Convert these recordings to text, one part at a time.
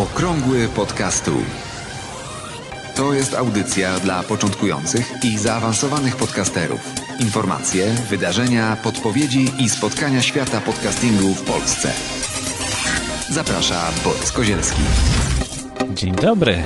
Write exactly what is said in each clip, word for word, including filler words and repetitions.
Okrągły podcastu. To jest audycja dla początkujących i zaawansowanych podcasterów. Informacje, wydarzenia, podpowiedzi i spotkania świata podcastingu w Polsce. Zaprasza Borys Kozielski. Dzień dobry.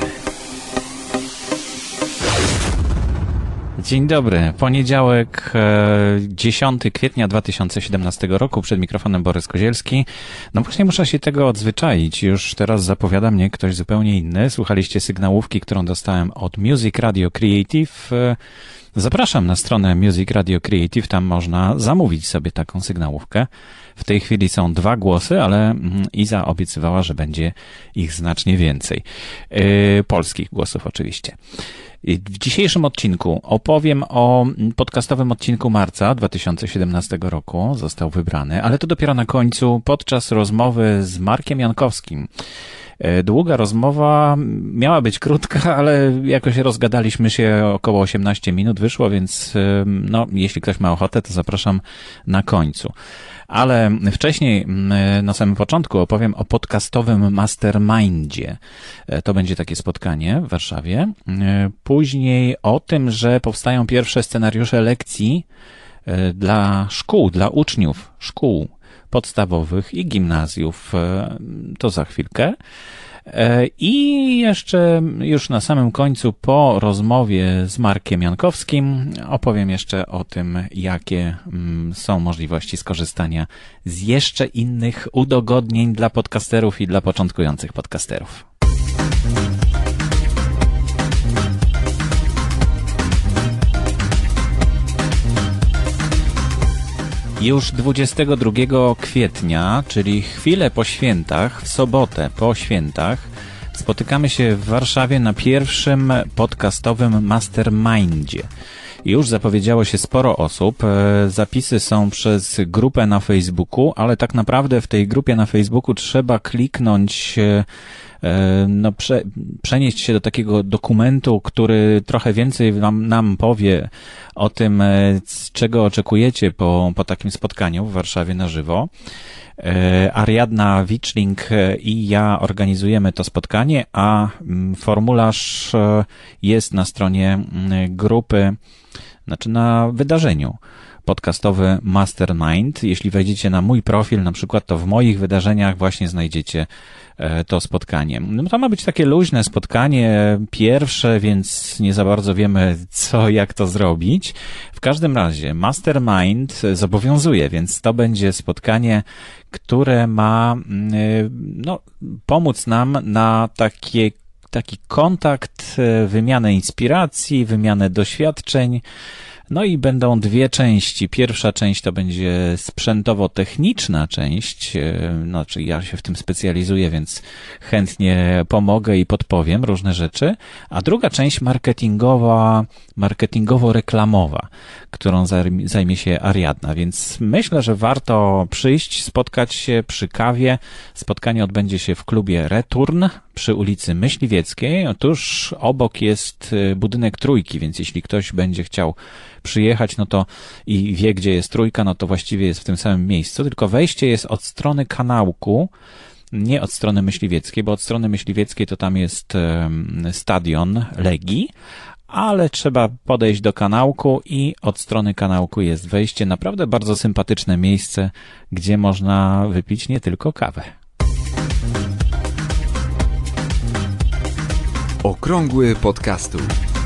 Dzień dobry. Poniedziałek, dziesiątego kwietnia dwa tysiące siedemnastego roku. Przed mikrofonem Borys Kozielski. No właśnie muszę się tego odzwyczaić. Już teraz zapowiada mnie ktoś zupełnie inny. Słuchaliście sygnałówki, którą dostałem od Music Radio Creative. Zapraszam na stronę Music Radio Creative. Tam można zamówić sobie taką sygnałówkę. W tej chwili są dwa głosy, ale Iza obiecywała, że będzie ich znacznie więcej. Yy, polskich głosów oczywiście. W dzisiejszym odcinku opowiem o podcastowym odcinku marca dwa tysiące siedemnastego roku. Został wybrany, ale to dopiero na końcu, podczas rozmowy z Markiem Jankowskim. Długa rozmowa, miała być krótka, ale jakoś rozgadaliśmy się, około osiemnaście minut wyszło, więc no, jeśli ktoś ma ochotę, to zapraszam na końcu. Ale wcześniej, na samym początku, opowiem o podcastowym mastermindzie. To będzie takie spotkanie w Warszawie. Później o tym, że powstają pierwsze scenariusze lekcji dla szkół, dla uczniów szkół podstawowych i gimnazjów. To za chwilkę. I jeszcze już na samym końcu, po rozmowie z Markiem Jankowskim, opowiem jeszcze o tym, jakie są możliwości skorzystania z jeszcze innych udogodnień dla podcasterów i dla początkujących podcasterów. Już dwudziestego drugiego kwietnia, czyli chwilę po świętach, w sobotę po świętach, spotykamy się w Warszawie na pierwszym podcastowym mastermindzie. Już zapowiedziało się sporo osób. Zapisy są przez grupę na Facebooku, ale tak naprawdę w tej grupie na Facebooku trzeba kliknąć, no, prze, przenieść się do takiego dokumentu, który trochę więcej wam, nam powie o tym, czego oczekujecie po, po takim spotkaniu w Warszawie na żywo. Ariadna Wiczling i ja organizujemy to spotkanie, a formularz jest na stronie grupy, znaczy na wydarzeniu. Podcastowy Mastermind. Jeśli wejdziecie na mój profil, na przykład, to w moich wydarzeniach właśnie znajdziecie to spotkanie. No to ma być takie luźne spotkanie, pierwsze, więc nie za bardzo wiemy, co, jak to zrobić. W każdym razie Mastermind zobowiązuje, więc to będzie spotkanie, które ma no, pomóc nam na takie taki kontakt, wymianę inspiracji, wymianę doświadczeń. No i będą dwie części. Pierwsza część to będzie sprzętowo-techniczna część, znaczy ja się w tym specjalizuję, więc chętnie pomogę i podpowiem różne rzeczy, a druga część marketingowa, marketingowo-reklamowa, którą zajmie się Ariadna, więc myślę, że warto przyjść, spotkać się przy kawie. Spotkanie odbędzie się w klubie Return przy ulicy Myśliwieckiej. Tuż obok jest budynek Trójki, więc jeśli ktoś będzie chciał przyjechać, no to i wie, gdzie jest Trójka, no to właściwie jest w tym samym miejscu, tylko wejście jest od strony Kanałku, nie od strony Myśliwieckiej, bo od strony Myśliwieckiej to tam jest stadion Legii, ale trzeba podejść do Kanałku i od strony Kanałku jest wejście. Naprawdę bardzo sympatyczne miejsce, gdzie można wypić nie tylko kawę. Okrągły podcastu.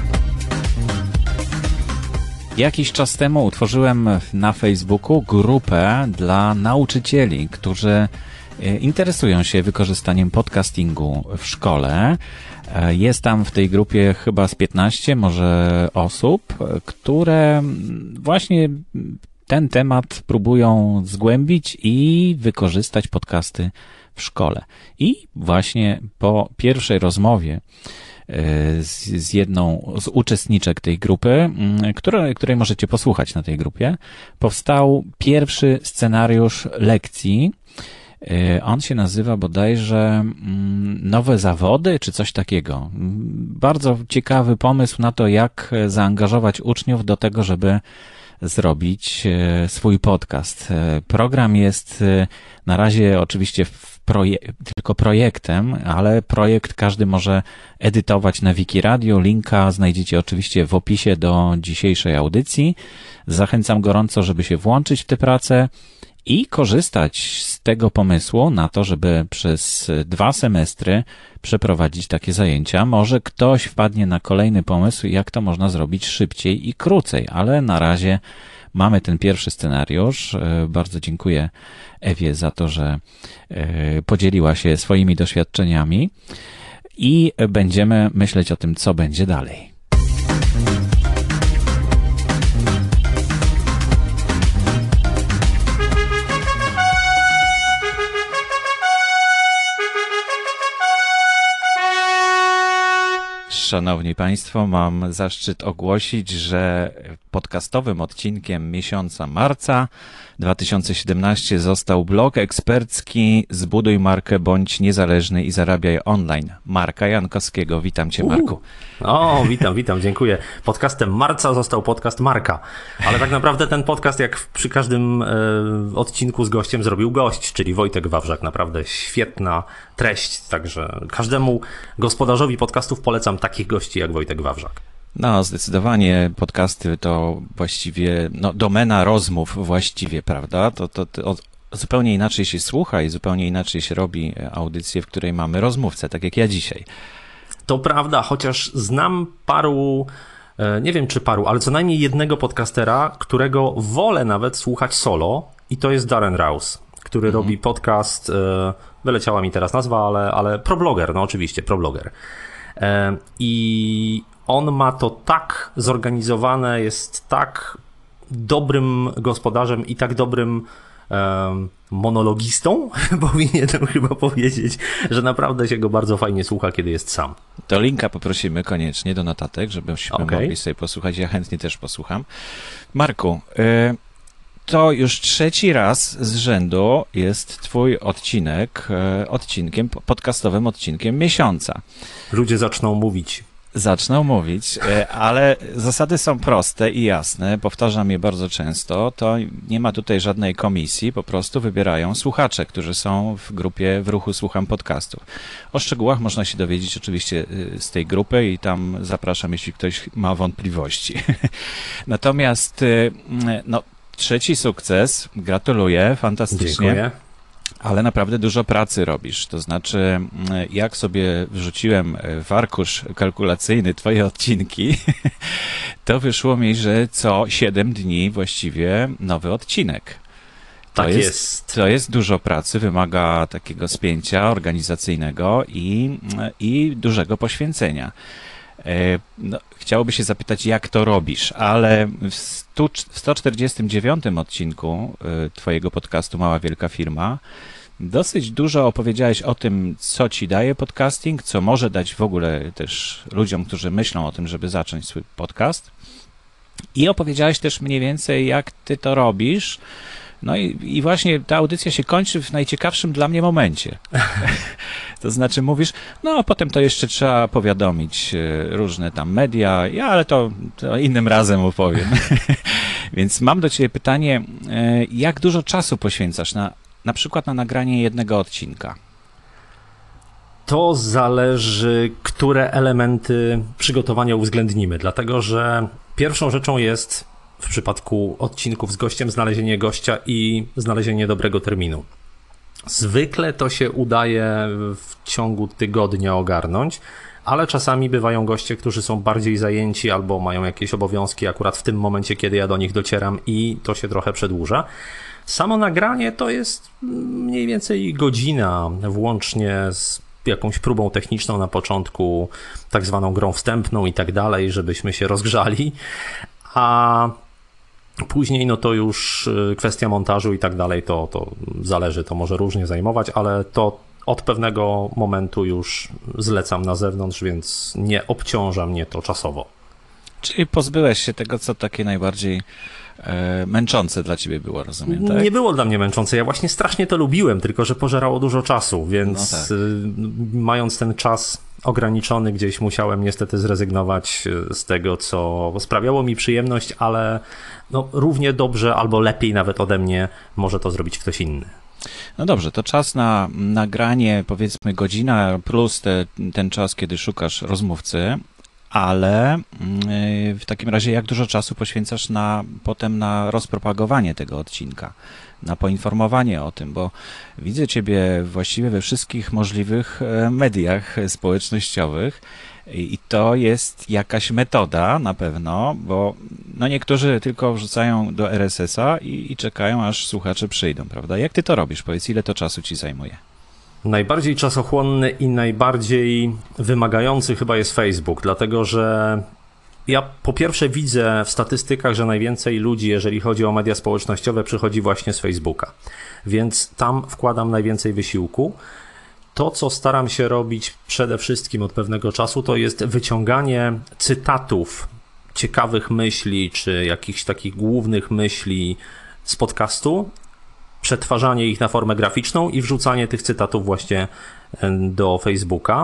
Jakiś czas temu utworzyłem na Facebooku grupę dla nauczycieli, którzy interesują się wykorzystaniem podcastingu w szkole. Jest tam w tej grupie chyba z piętnaście może osób, które właśnie ten temat próbują zgłębić i wykorzystać podcasty w szkole. I właśnie po pierwszej rozmowie z, z jedną z uczestniczek tej grupy, której, której możecie posłuchać na tej grupie, powstał pierwszy scenariusz lekcji. On się nazywa bodajże Nowe zawody, czy coś takiego. Bardzo ciekawy pomysł na to, jak zaangażować uczniów do tego, żeby zrobić swój podcast. Program jest na razie oczywiście w proje- tylko projektem, ale projekt każdy może edytować na Wikiradio. Linka znajdziecie oczywiście w opisie do dzisiejszej audycji. Zachęcam gorąco, żeby się włączyć w tę pracę i korzystać z tego pomysłu na to, żeby przez dwa semestry przeprowadzić takie zajęcia. Może ktoś wpadnie na kolejny pomysł, jak to można zrobić szybciej i krócej, ale na razie mamy ten pierwszy scenariusz. Bardzo dziękuję Ewie za to, że podzieliła się swoimi doświadczeniami i będziemy myśleć o tym, co będzie dalej. Szanowni Państwo, mam zaszczyt ogłosić, że podcastowym odcinkiem miesiąca marca dwa tysiące siedemnastego został blog ekspercki Zbuduj markę, bądź niezależny i zarabiaj online. Marka Jankowskiego. Witam Cię, Marku. Uh. O, witam, witam, dziękuję. Podcastem marca został podcast Marka, ale tak naprawdę ten podcast, jak przy każdym e, odcinku z gościem, zrobił gość, czyli Wojtek Wawrzak. Naprawdę świetna treść, także każdemu gospodarzowi podcastów polecam takich gości jak Wojtek Wawrzak. No, zdecydowanie podcasty to właściwie no, domena rozmów właściwie, prawda? To, to, to zupełnie inaczej się słucha i zupełnie inaczej się robi audycję, w której mamy rozmówcę, tak jak ja dzisiaj. To prawda, chociaż znam paru, nie wiem czy paru, ale co najmniej jednego podcastera, którego wolę nawet słuchać solo, i to jest Darren Rowse, który mhm. robi podcast, wyleciała mi teraz nazwa, ale, ale ProBlogger, no oczywiście, ProBlogger. I on ma to tak zorganizowane, jest tak dobrym gospodarzem i tak dobrym um, monologistą, powinienem chyba powiedzieć, że naprawdę się go bardzo fajnie słucha, kiedy jest sam. To linka poprosimy koniecznie do notatek, żebyśmy okay. mogli sobie posłuchać. Ja chętnie też posłucham. Marku, y- to już trzeci raz z rzędu jest twój odcinek, y- odcinkiem, podcastowym odcinkiem miesiąca. Ludzie zaczną mówić. Zaczną mówić, ale zasady są proste i jasne, powtarzam je bardzo często, to nie ma tutaj żadnej komisji, po prostu wybierają słuchacze, którzy są w grupie W Ruchu Słucham Podcastów. O szczegółach można się dowiedzieć oczywiście z tej grupy i tam zapraszam, jeśli ktoś ma wątpliwości. Natomiast no, trzeci sukces, gratuluję, fantastycznie. Dziękuję. Ale naprawdę dużo pracy robisz. To znaczy, jak sobie wrzuciłem w arkusz kalkulacyjny twoje odcinki, to wyszło mi, że co siedem dni właściwie nowy odcinek. To tak jest, jest. To jest dużo pracy, wymaga takiego spięcia organizacyjnego i, i dużego poświęcenia. No, chciałoby się zapytać, jak to robisz, ale w sto czterdziestym dziewiątym odcinku twojego podcastu Mała Wielka Firma dosyć dużo opowiedziałeś o tym, co ci daje podcasting, co może dać w ogóle też ludziom, którzy myślą o tym, żeby zacząć swój podcast, i opowiedziałeś też mniej więcej, jak ty to robisz. No i, i właśnie ta audycja się kończy w najciekawszym dla mnie momencie. To znaczy mówisz, no a potem to jeszcze trzeba powiadomić różne tam media, ja, ale to, to innym razem opowiem. Więc mam do ciebie pytanie, jak dużo czasu poświęcasz na, na przykład na nagranie jednego odcinka? To zależy, które elementy przygotowania uwzględnimy, dlatego że pierwszą rzeczą jest w przypadku odcinków z gościem znalezienie gościa i znalezienie dobrego terminu. Zwykle to się udaje w ciągu tygodnia ogarnąć, ale czasami bywają goście, którzy są bardziej zajęci albo mają jakieś obowiązki akurat w tym momencie, kiedy ja do nich docieram, i to się trochę przedłuża. Samo nagranie to jest mniej więcej godzina, włącznie z jakąś próbą techniczną na początku, tak zwaną grą wstępną i tak dalej, żebyśmy się rozgrzali, a później no to już kwestia montażu i tak dalej, to, to zależy, to może różnie zajmować, ale to od pewnego momentu już zlecam na zewnątrz, więc nie obciąża mnie to czasowo. Czyli pozbyłeś się tego, co takie najbardziej e, męczące dla ciebie było, rozumiem, tak? Nie było dla mnie męczące, ja właśnie strasznie to lubiłem, tylko że pożerało dużo czasu, więc no tak. y, mając ten czas ograniczony, gdzieś musiałem niestety zrezygnować z tego, co sprawiało mi przyjemność, ale no, równie dobrze albo lepiej nawet ode mnie może to zrobić ktoś inny. No dobrze, to czas na nagranie, powiedzmy godzina plus te, ten czas, kiedy szukasz rozmówcy, ale w takim razie jak dużo czasu poświęcasz na, potem na rozpropagowanie tego odcinka, na poinformowanie o tym, bo widzę Ciebie właściwie we wszystkich możliwych mediach społecznościowych i to jest jakaś metoda na pewno, bo no niektórzy tylko wrzucają do R S S a i, i czekają, aż słuchacze przyjdą, prawda? Jak Ty to robisz? Powiedz, ile to czasu Ci zajmuje? Najbardziej czasochłonny i najbardziej wymagający chyba jest Facebook, dlatego że ja po pierwsze widzę w statystykach, że najwięcej ludzi, jeżeli chodzi o media społecznościowe, przychodzi właśnie z Facebooka, więc tam wkładam najwięcej wysiłku. To, co staram się robić przede wszystkim od pewnego czasu, to jest wyciąganie cytatów, ciekawych myśli, czy jakichś takich głównych myśli z podcastu, przetwarzanie ich na formę graficzną i wrzucanie tych cytatów właśnie do Facebooka.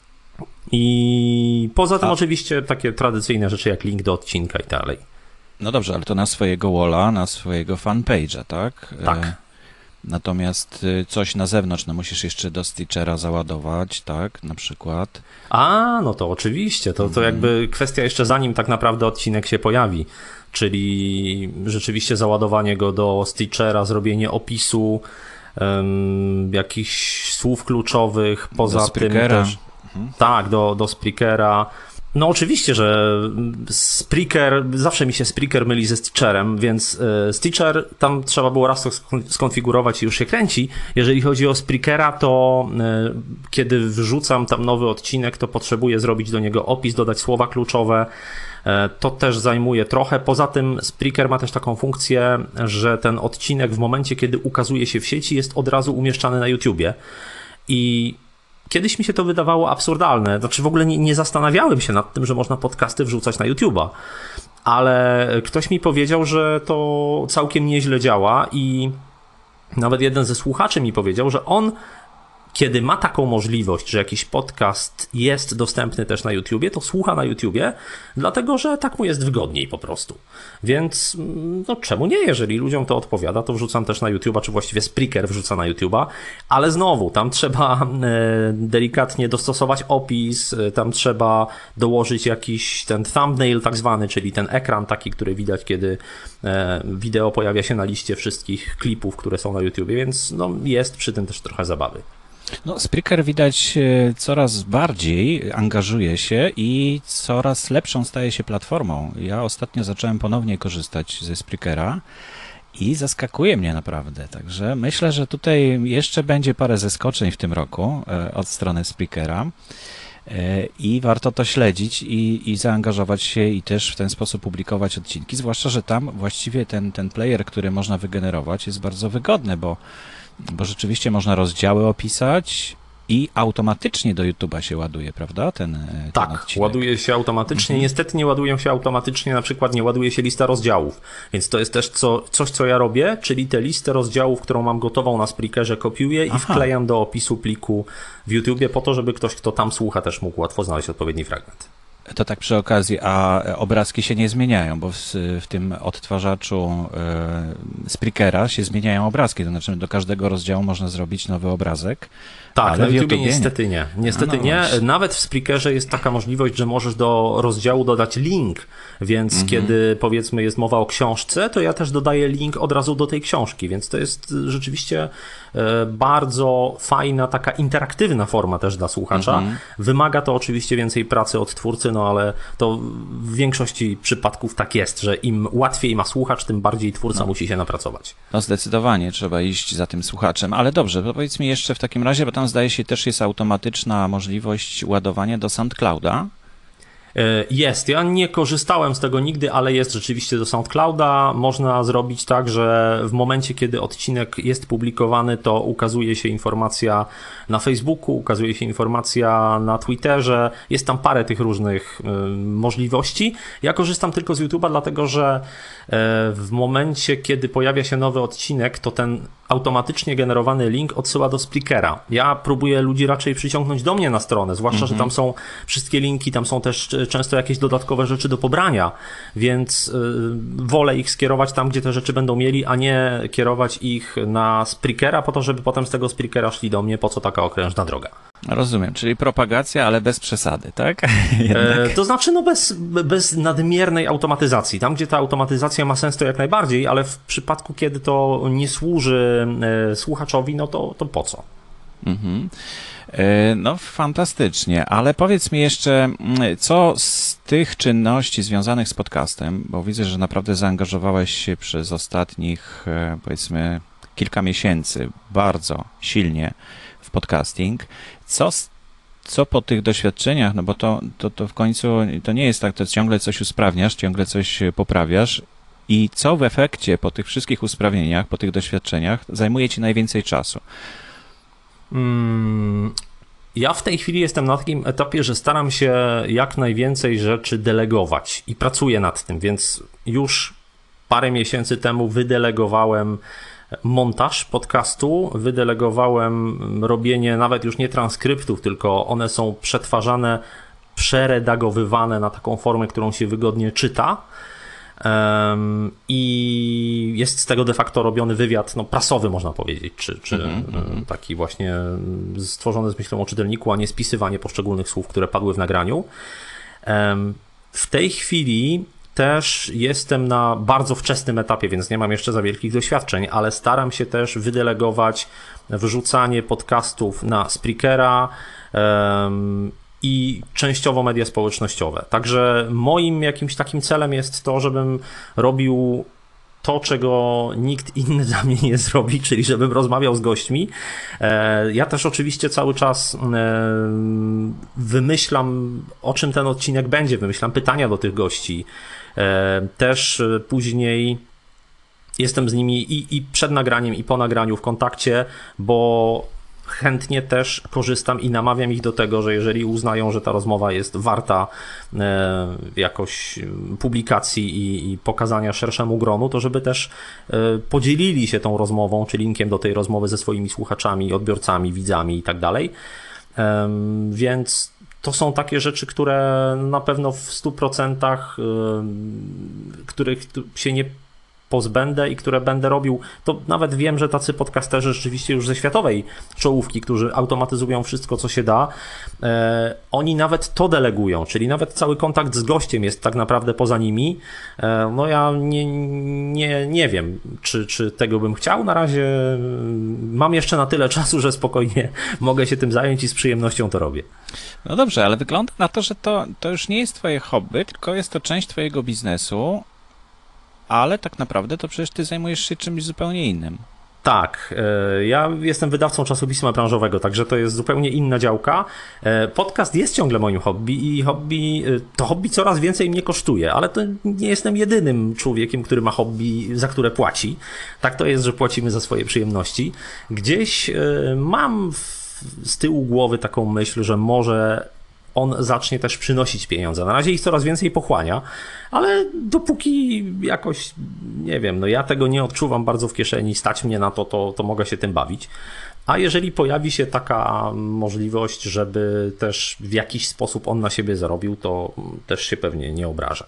I poza tym A. oczywiście takie tradycyjne rzeczy jak link do odcinka i dalej. No dobrze, ale to na swojego walla, na swojego fanpage'a, tak? Tak. Natomiast coś na zewnątrz, no musisz jeszcze do Stitchera załadować, tak, na przykład. A, no to oczywiście, to, to jakby kwestia jeszcze zanim tak naprawdę odcinek się pojawi, czyli rzeczywiście załadowanie go do Stitchera, zrobienie opisu, um, jakichś słów kluczowych, poza do tym Spreakera. też, mhm. tak, do, do Spreakera. No oczywiście, że Spreaker, zawsze mi się Spreaker myli ze Stitcherem, więc Stitcher tam trzeba było raz to skonfigurować i już się kręci. Jeżeli chodzi o Spreakera, to kiedy wrzucam tam nowy odcinek, to potrzebuję zrobić do niego opis, dodać słowa kluczowe. To też zajmuje trochę. Poza tym Spreaker ma też taką funkcję, że ten odcinek w momencie, kiedy ukazuje się w sieci, jest od razu umieszczany na YouTubie. I kiedyś mi się to wydawało absurdalne, znaczy w ogóle nie, nie zastanawiałem się nad tym, że można podcasty wrzucać na YouTube'a, ale ktoś mi powiedział, że to całkiem nieźle działa i nawet jeden ze słuchaczy mi powiedział, że on, kiedy ma taką możliwość, że jakiś podcast jest dostępny też na YouTubie, to słucha na YouTubie, dlatego że tak mu jest wygodniej po prostu. Więc no czemu nie? Jeżeli ludziom to odpowiada, to wrzucam też na YouTuba, czy właściwie Spreaker wrzuca na YouTuba, ale znowu, tam trzeba delikatnie dostosować opis, tam trzeba dołożyć jakiś ten thumbnail tak zwany, czyli ten ekran taki, który widać, kiedy wideo pojawia się na liście wszystkich klipów, które są na YouTubie, więc no jest przy tym też trochę zabawy. No, Spreaker widać coraz bardziej angażuje się i coraz lepszą staje się platformą. Ja ostatnio zacząłem ponownie korzystać ze Spreakera i zaskakuje mnie naprawdę. Także myślę, że tutaj jeszcze będzie parę zaskoczeń w tym roku od strony Spreakera i warto to śledzić i, i zaangażować się i też w ten sposób publikować odcinki, zwłaszcza, że tam właściwie ten, ten player, który można wygenerować, jest bardzo wygodny, bo Bo rzeczywiście można rozdziały opisać i automatycznie do YouTube'a się ładuje, prawda? Ten, ten tak, odcinek. Ładuje się automatycznie. Mhm. Niestety nie ładują się automatycznie, na przykład nie ładuje się lista rozdziałów. Więc to jest też co, coś, co ja robię, czyli tę listę rozdziałów, którą mam gotową na Spreakerze, kopiuję i Aha. wklejam do opisu pliku w YouTubie po to, żeby ktoś, kto tam słucha, też mógł łatwo znaleźć odpowiedni fragment. To tak przy okazji, a obrazki się nie zmieniają, bo w, w tym odtwarzaczu y, Spreakera się zmieniają obrazki, to znaczy do każdego rozdziału można zrobić nowy obrazek. Tak, ale na w YouTubie YouTubie niestety nie. Niestety no, no nie. Właśnie. Nawet w Spreakerze jest taka możliwość, że możesz do rozdziału dodać link, więc mhm. kiedy powiedzmy jest mowa o książce, to ja też dodaję link od razu do tej książki, więc to jest rzeczywiście bardzo fajna, taka interaktywna forma też dla słuchacza. Mhm. Wymaga to oczywiście więcej pracy od twórcy, no ale to w większości przypadków tak jest, że im łatwiej ma słuchacz, tym bardziej twórca no. musi się napracować. No zdecydowanie trzeba iść za tym słuchaczem, ale dobrze, to powiedz mi jeszcze w takim razie, bo tam zdaje się też jest automatyczna możliwość ładowania do SoundClouda. Jest. Ja nie korzystałem z tego nigdy, ale jest rzeczywiście do SoundClouda. Można zrobić tak, że w momencie, kiedy odcinek jest publikowany, to ukazuje się informacja na Facebooku, ukazuje się informacja na Twitterze. Jest tam parę tych różnych y, możliwości. Ja korzystam tylko z YouTube'a, dlatego że y, w momencie, kiedy pojawia się nowy odcinek, to ten automatycznie generowany link odsyła do Spreakera. Ja próbuję ludzi raczej przyciągnąć do mnie na stronę, zwłaszcza, mm-hmm. że tam są wszystkie linki, tam są też często jakieś dodatkowe rzeczy do pobrania, więc yy, wolę ich skierować tam, gdzie te rzeczy będą mieli, a nie kierować ich na Spreakera po to, żeby potem z tego Spreakera szli do mnie, po co taka okrężna droga. Rozumiem, czyli propagacja, ale bez przesady, tak? E, to znaczy, no bez, bez nadmiernej automatyzacji. Tam, gdzie ta automatyzacja ma sens, to jak najbardziej, ale w przypadku, kiedy to nie służy e, słuchaczowi, no to, to po co? Mhm. E, no fantastycznie, ale powiedz mi jeszcze, co z tych czynności związanych z podcastem, bo widzę, że naprawdę zaangażowałeś się przez ostatnich, e, powiedzmy, kilka miesięcy bardzo silnie w podcasting. Co, co po tych doświadczeniach, no bo to, to, to w końcu to nie jest tak, to ciągle coś usprawniasz, ciągle coś poprawiasz i co w efekcie po tych wszystkich usprawnieniach, po tych doświadczeniach zajmuje ci najwięcej czasu? Hmm, ja w tej chwili jestem na takim etapie, że staram się jak najwięcej rzeczy delegować i pracuję nad tym, więc już parę miesięcy temu wydelegowałem montaż podcastu, wydelegowałem robienie nawet już nie transkryptów, tylko one są przetwarzane, przeredagowywane na taką formę, którą się wygodnie czyta. Um, i jest z tego de facto robiony wywiad no, prasowy, można powiedzieć, czy, czy mm-hmm. taki właśnie stworzony z myślą o czytelniku, a nie spisywanie poszczególnych słów, które padły w nagraniu. Um, w tej chwili też jestem na bardzo wczesnym etapie, więc nie mam jeszcze za wielkich doświadczeń, ale staram się też wydelegować wrzucanie podcastów na Spreakera um, i częściowo media społecznościowe. Także moim jakimś takim celem jest to, żebym robił to, czego nikt inny za mnie nie zrobi, czyli żebym rozmawiał z gośćmi. Ja też oczywiście cały czas wymyślam, o czym ten odcinek będzie, wymyślam pytania do tych gości. Też później jestem z nimi i, i przed nagraniem, i po nagraniu w kontakcie, bo chętnie też korzystam i namawiam ich do tego, że jeżeli uznają, że ta rozmowa jest warta e, jakoś publikacji i, i pokazania szerszemu gronu, to żeby też e, podzielili się tą rozmową, czy linkiem do tej rozmowy ze swoimi słuchaczami, odbiorcami, widzami i tak dalej. E, więc to są takie rzeczy, które na pewno w stu procentach, e, których się nie pozbędę i które będę robił, to nawet wiem, że tacy podcasterzy rzeczywiście już ze światowej czołówki, którzy automatyzują wszystko, co się da, e, oni nawet to delegują, czyli nawet cały kontakt z gościem jest tak naprawdę poza nimi. E, no ja nie, nie, nie wiem, czy, czy tego bym chciał. Na razie mam jeszcze na tyle czasu, że spokojnie mogę się tym zająć i z przyjemnością to robię. No dobrze, ale wygląda na to, że to, to już nie jest twoje hobby, tylko jest to część twojego biznesu. Ale tak naprawdę to przecież ty zajmujesz się czymś zupełnie innym. Tak, ja jestem wydawcą czasopisma branżowego, także to jest zupełnie inna działka. Podcast jest ciągle moim hobby i hobby, to hobby coraz więcej mnie kosztuje, ale to nie jestem jedynym człowiekiem, który ma hobby, za które płaci. Tak to jest, że płacimy za swoje przyjemności. Gdzieś mam z tyłu głowy taką myśl, że może on zacznie też przynosić pieniądze. Na razie ich coraz więcej pochłania, ale dopóki jakoś, nie wiem, no ja tego nie odczuwam bardzo w kieszeni, stać mnie na to, to, to mogę się tym bawić. A jeżeli pojawi się taka możliwość, żeby też w jakiś sposób on na siebie zarobił, to też się pewnie nie obrażę.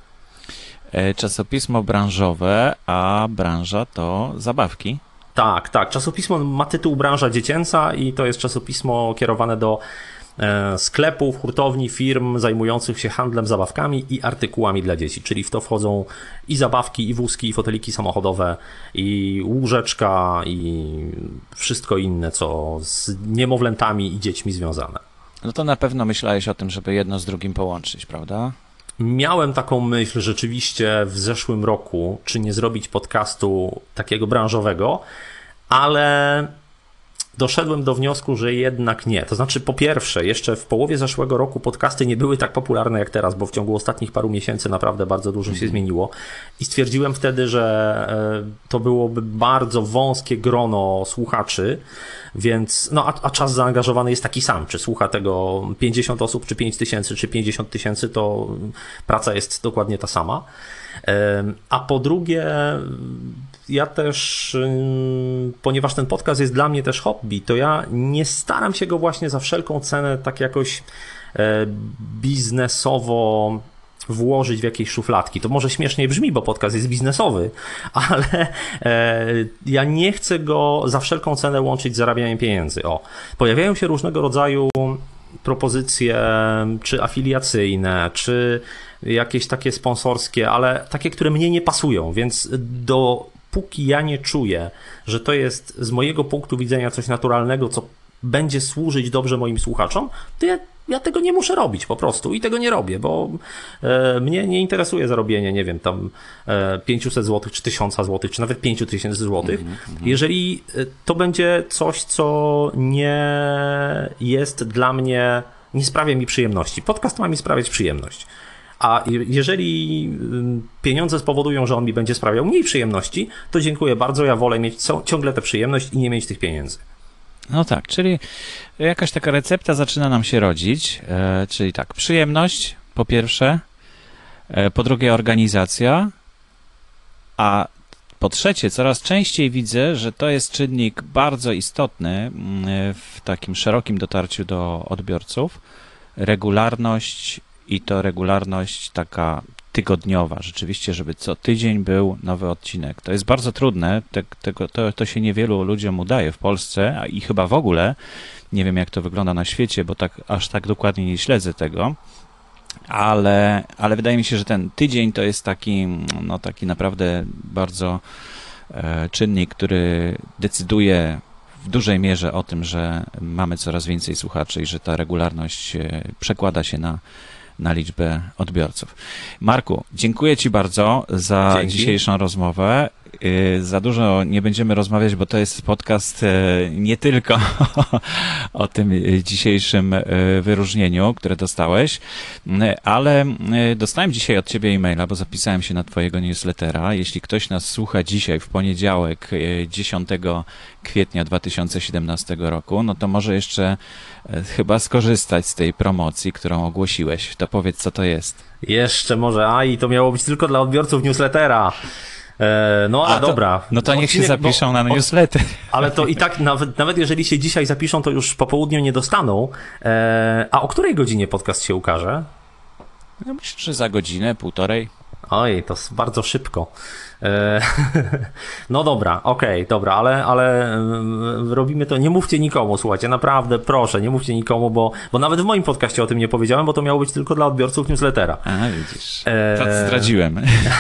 Czasopismo branżowe, a branża to zabawki. Tak, tak. Czasopismo ma tytuł Branża Dziecięca i to jest czasopismo kierowane do sklepów, hurtowni, firm zajmujących się handlem zabawkami i artykułami dla dzieci, czyli w to wchodzą i zabawki, i wózki, i foteliki samochodowe, i łóżeczka, i wszystko inne, co z niemowlętami i dziećmi związane. No to na pewno myślałeś o tym, żeby jedno z drugim połączyć, prawda? Miałem taką myśl rzeczywiście w zeszłym roku, czy nie zrobić podcastu takiego branżowego, ale doszedłem do wniosku, że jednak nie. To znaczy, po pierwsze, jeszcze w połowie zeszłego roku podcasty nie były tak popularne jak teraz, bo w ciągu ostatnich paru miesięcy naprawdę bardzo dużo się zmieniło i stwierdziłem wtedy, że to byłoby bardzo wąskie grono słuchaczy, więc, no a, a czas zaangażowany jest taki sam, czy słucha tego pięćdziesiąt osób, czy pięć tysięcy, czy pięćdziesiąt tysięcy, to praca jest dokładnie ta sama. A po drugie, ja też, ponieważ ten podcast jest dla mnie też hobby, to ja nie staram się go właśnie za wszelką cenę tak jakoś biznesowo włożyć w jakieś szufladki. To może śmiesznie brzmi, bo podcast jest biznesowy, ale e, ja nie chcę go za wszelką cenę łączyć z zarabianiem pieniędzy. O, pojawiają się różnego rodzaju propozycje, czy afiliacyjne, czy jakieś takie sponsorskie, ale takie, które mnie nie pasują, więc dopóki ja nie czuję, że to jest z mojego punktu widzenia coś naturalnego, co będzie służyć dobrze moim słuchaczom, to ja Ja tego nie muszę robić po prostu i tego nie robię, bo e, mnie nie interesuje zarobienie, nie wiem, tam e, pięćset złotych, czy tysiąc złotych, czy nawet pięć tysięcy złotych. Mm-hmm. Jeżeli to będzie coś, co nie jest dla mnie, nie sprawia mi przyjemności. Podcast ma mi sprawiać przyjemność. A jeżeli pieniądze spowodują, że on mi będzie sprawiał mniej przyjemności, to dziękuję bardzo, ja wolę mieć ciągle tę przyjemność i nie mieć tych pieniędzy. No tak, czyli jakaś taka recepta zaczyna nam się rodzić, e, czyli tak, przyjemność po pierwsze, e, po drugie organizacja, a po trzecie coraz częściej widzę, że to jest czynnik bardzo istotny w takim szerokim dotarciu do odbiorców, regularność i to regularność taka tygodniowa, rzeczywiście, żeby co tydzień był nowy odcinek. To jest bardzo trudne, te, tego, to, to się niewielu ludziom udaje w Polsce a i chyba w ogóle, nie wiem jak to wygląda na świecie, bo tak aż tak dokładnie nie śledzę tego, ale, ale wydaje mi się, że ten tydzień to jest taki, no taki naprawdę bardzo e, czynnik, który decyduje w dużej mierze o tym, że mamy coraz więcej słuchaczy i że ta regularność e, przekłada się na na liczbę odbiorców. Marku, dziękuję Ci bardzo za Dzięki. dzisiejszą rozmowę. Za dużo nie będziemy rozmawiać, bo to jest podcast nie tylko o tym dzisiejszym wyróżnieniu, które dostałeś, ale dostałem dzisiaj od Ciebie e-maila, bo zapisałem się na Twojego newslettera. Jeśli ktoś nas słucha dzisiaj w poniedziałek, dziesiątego kwietnia dwa tysiące siedemnastego roku, no to może jeszcze chyba skorzystać z tej promocji, którą ogłosiłeś. To powiedz, co to jest. Jeszcze może, a i to miało być tylko dla odbiorców newslettera. No ale a to, dobra. No to niech się zapiszą bo, na newsletter. Ale to i tak, nawet, nawet jeżeli się dzisiaj zapiszą, to już po południu nie dostaną. A o której godzinie podcast się ukaże? No myślę, że za godzinę, półtorej. Oj, to bardzo szybko. No dobra, okej, okay, dobra, ale, ale robimy to, nie mówcie nikomu, słuchajcie, naprawdę proszę, nie mówcie nikomu, bo, bo nawet w moim podcaście o tym nie powiedziałem, bo to miało być tylko dla odbiorców newslettera. A, widzisz, to zdradziłem.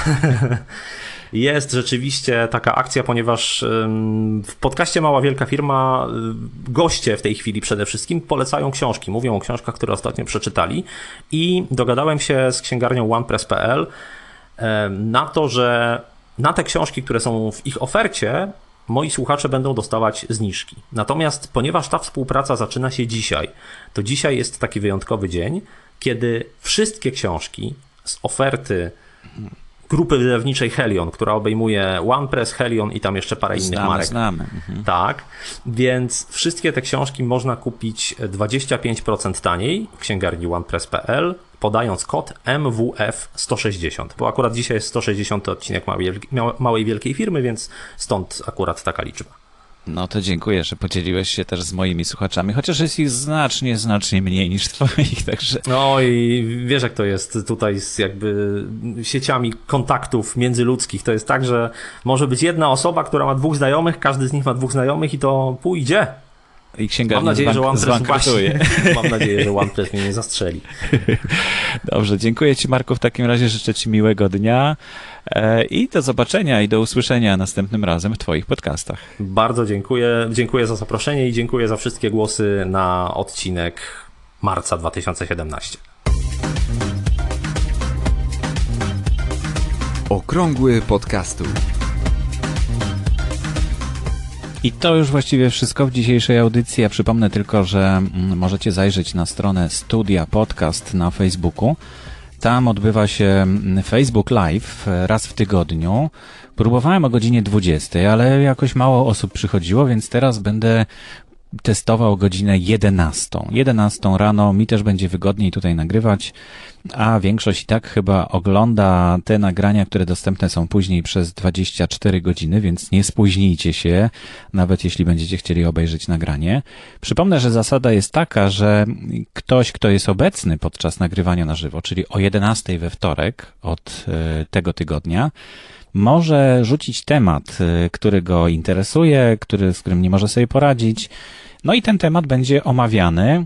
Jest rzeczywiście taka akcja, ponieważ w podcaście Mała Wielka Firma goście w tej chwili przede wszystkim polecają książki, mówią o książkach, które ostatnio przeczytali i dogadałem się z księgarnią OnePress kropka p l na to, że na te książki, które są w ich ofercie, moi słuchacze będą dostawać zniżki. Natomiast ponieważ ta współpraca zaczyna się dzisiaj, to dzisiaj jest taki wyjątkowy dzień, kiedy wszystkie książki z oferty grupy wydawniczej Helion, która obejmuje OnePress, Helion i tam jeszcze parę innych znamy, marek. Znamy. Mhm. Tak, więc wszystkie te książki można kupić dwadzieścia pięć procent taniej w księgarni OnePress kropka p l, podając kod M W F sto sześćdziesiąt, bo akurat dzisiaj jest sto sześćdziesiąty odcinek Małej, Małej Wielkiej Firmy, więc stąd akurat taka liczba. No to dziękuję, że podzieliłeś się też z moimi słuchaczami, chociaż jest ich znacznie, znacznie mniej niż twoich, także... No i wiesz jak to jest tutaj z jakby sieciami kontaktów międzyludzkich, to jest tak, że może być jedna osoba, która ma dwóch znajomych, każdy z nich ma dwóch znajomych i to pójdzie. I księgarnia Mam nadzieję, zbank- że OnePress zbankrutuje. Mam nadzieję, że OnePress mnie nie zastrzeli. Dobrze, dziękuję Ci Marku, w takim razie życzę Ci miłego dnia i do zobaczenia i do usłyszenia następnym razem w Twoich podcastach. Bardzo dziękuję, dziękuję za zaproszenie i dziękuję za wszystkie głosy na odcinek marca dwa tysiące siedemnastego. Okrągły podcastu. I to już właściwie wszystko w dzisiejszej audycji. Ja przypomnę tylko, że możecie zajrzeć na stronę Studia Podcast na Facebooku. Tam odbywa się Facebook Live raz w tygodniu. Próbowałem o godzinie dwudziestej, ale jakoś mało osób przychodziło, więc teraz będę testował godzinę jedenastą. jedenastą rano, mi też będzie wygodniej tutaj nagrywać. a większość i tak chyba ogląda te nagrania, które dostępne są później przez dwadzieścia cztery godziny, więc nie spóźnijcie się, nawet jeśli będziecie chcieli obejrzeć nagranie. Przypomnę, że zasada jest taka, że ktoś, kto jest obecny podczas nagrywania na żywo, czyli o jedenastej we wtorek od tego tygodnia, może rzucić temat, który go interesuje, który, z którym nie może sobie poradzić. No i ten temat będzie omawiany.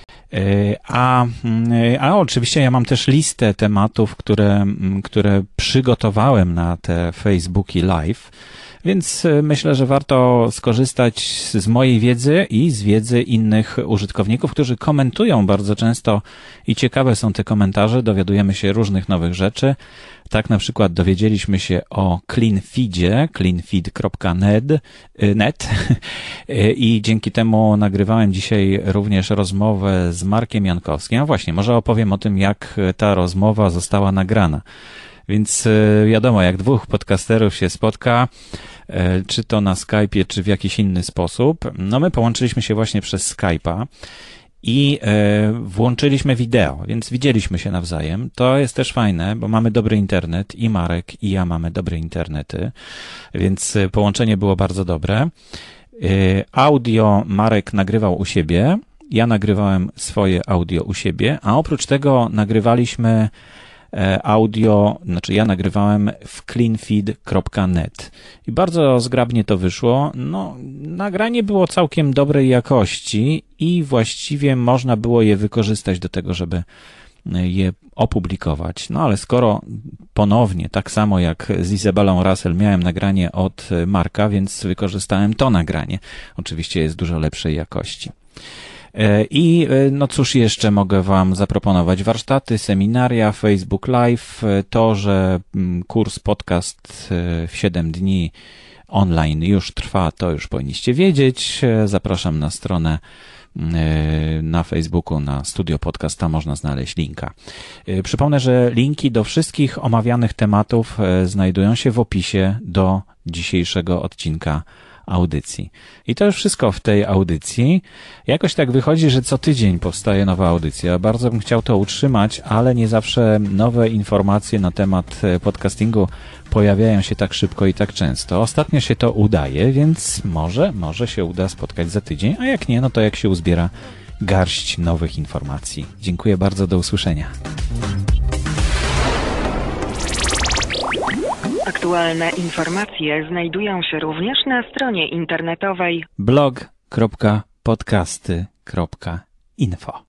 A, a oczywiście ja mam też listę tematów, które, które przygotowałem na te Facebooki Live, więc myślę, że warto skorzystać z mojej wiedzy i z wiedzy innych użytkowników, którzy komentują bardzo często i ciekawe są te komentarze, dowiadujemy się różnych nowych rzeczy. Tak na przykład dowiedzieliśmy się o CleanFeedzie, cleanfeed kropka net i dzięki temu nagrywałem dzisiaj również rozmowę z Markiem Jankowskim. A właśnie, może opowiem o tym, jak ta rozmowa została nagrana. Więc wiadomo, jak dwóch podcasterów się spotka, czy to na Skype'ie, czy w jakiś inny sposób, no my połączyliśmy się właśnie przez Skype'a i włączyliśmy wideo, więc widzieliśmy się nawzajem. To jest też fajne, bo mamy dobry internet i Marek i ja mamy dobre internety, więc połączenie było bardzo dobre. Audio Marek nagrywał u siebie, ja nagrywałem swoje audio u siebie, a oprócz tego nagrywaliśmy audio, znaczy ja nagrywałem w cleanfeed kropka net i bardzo zgrabnie to wyszło. No, nagranie było całkiem dobrej jakości i właściwie można było je wykorzystać do tego, żeby je opublikować. No ale skoro ponownie, tak samo jak z Izabelą Russell, miałem nagranie od Marka, więc wykorzystałem to nagranie. Oczywiście jest dużo lepszej jakości. I no cóż jeszcze mogę Wam zaproponować? Warsztaty, seminaria, Facebook Live, to, że kurs podcast w siedem dni online już trwa, to już powinniście wiedzieć. Zapraszam na stronę na Facebooku, na Studio Podcasta można znaleźć linka. Przypomnę, że linki do wszystkich omawianych tematów znajdują się w opisie do dzisiejszego odcinka audycji. I to już wszystko w tej audycji. Jakoś tak wychodzi, że co tydzień powstaje nowa audycja. Bardzo bym chciał to utrzymać, ale nie zawsze nowe informacje na temat podcastingu pojawiają się tak szybko i tak często. Ostatnio się to udaje, więc może, może się uda spotkać za tydzień, a jak nie, no to jak się uzbiera garść nowych informacji. Dziękuję bardzo, do usłyszenia. Aktualne informacje znajdują się również na stronie internetowej blog kropka podcasty kropka info.